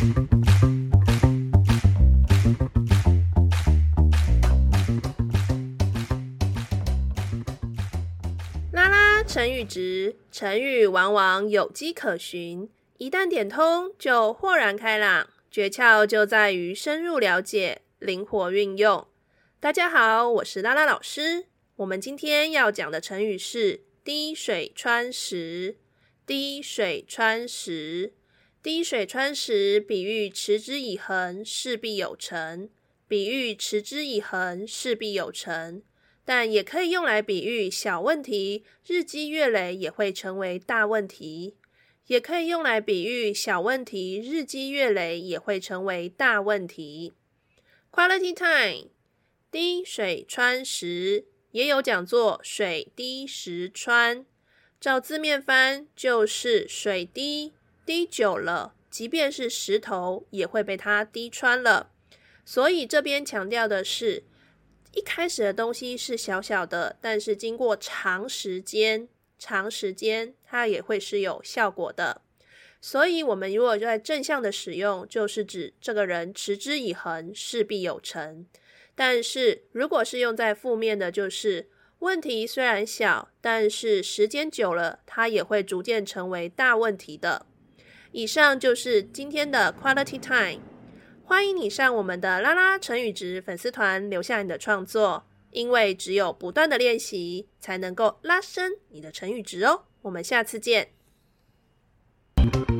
拉拉成语质，成语往往有迹可循，一旦点通就豁然开朗，诀窍就在于深入了解，灵活运用。大家好，我是拉拉老师。我们今天要讲的成语是滴水穿石。滴水穿石，滴水穿石比喻持之以恒，势必有成。比喻持之以恒，势必有成。但也可以用来比喻小问题，日积月累也会成为大问题。也可以用来比喻小问题，日积月累也会成为大问题。Quality time， 滴水穿石，也有讲作水滴石穿。照字面翻就是水滴，滴久了，即便是石头也会被它滴穿了。所以这边强调的是，一开始的东西是小小的，但是经过长时间它也会是有效果的。所以我们如果在正向的使用，就是指这个人持之以恒，势必有成。但是如果是用在负面的，就是问题虽然小，但是时间久了，它也会逐渐成为大问题的。以上就是今天的 Quality Time。欢迎你上我们的拉拉成语质粉丝团留下你的创作，因为只有不断的练习，才能够拉升你的成语质哦。我们下次见。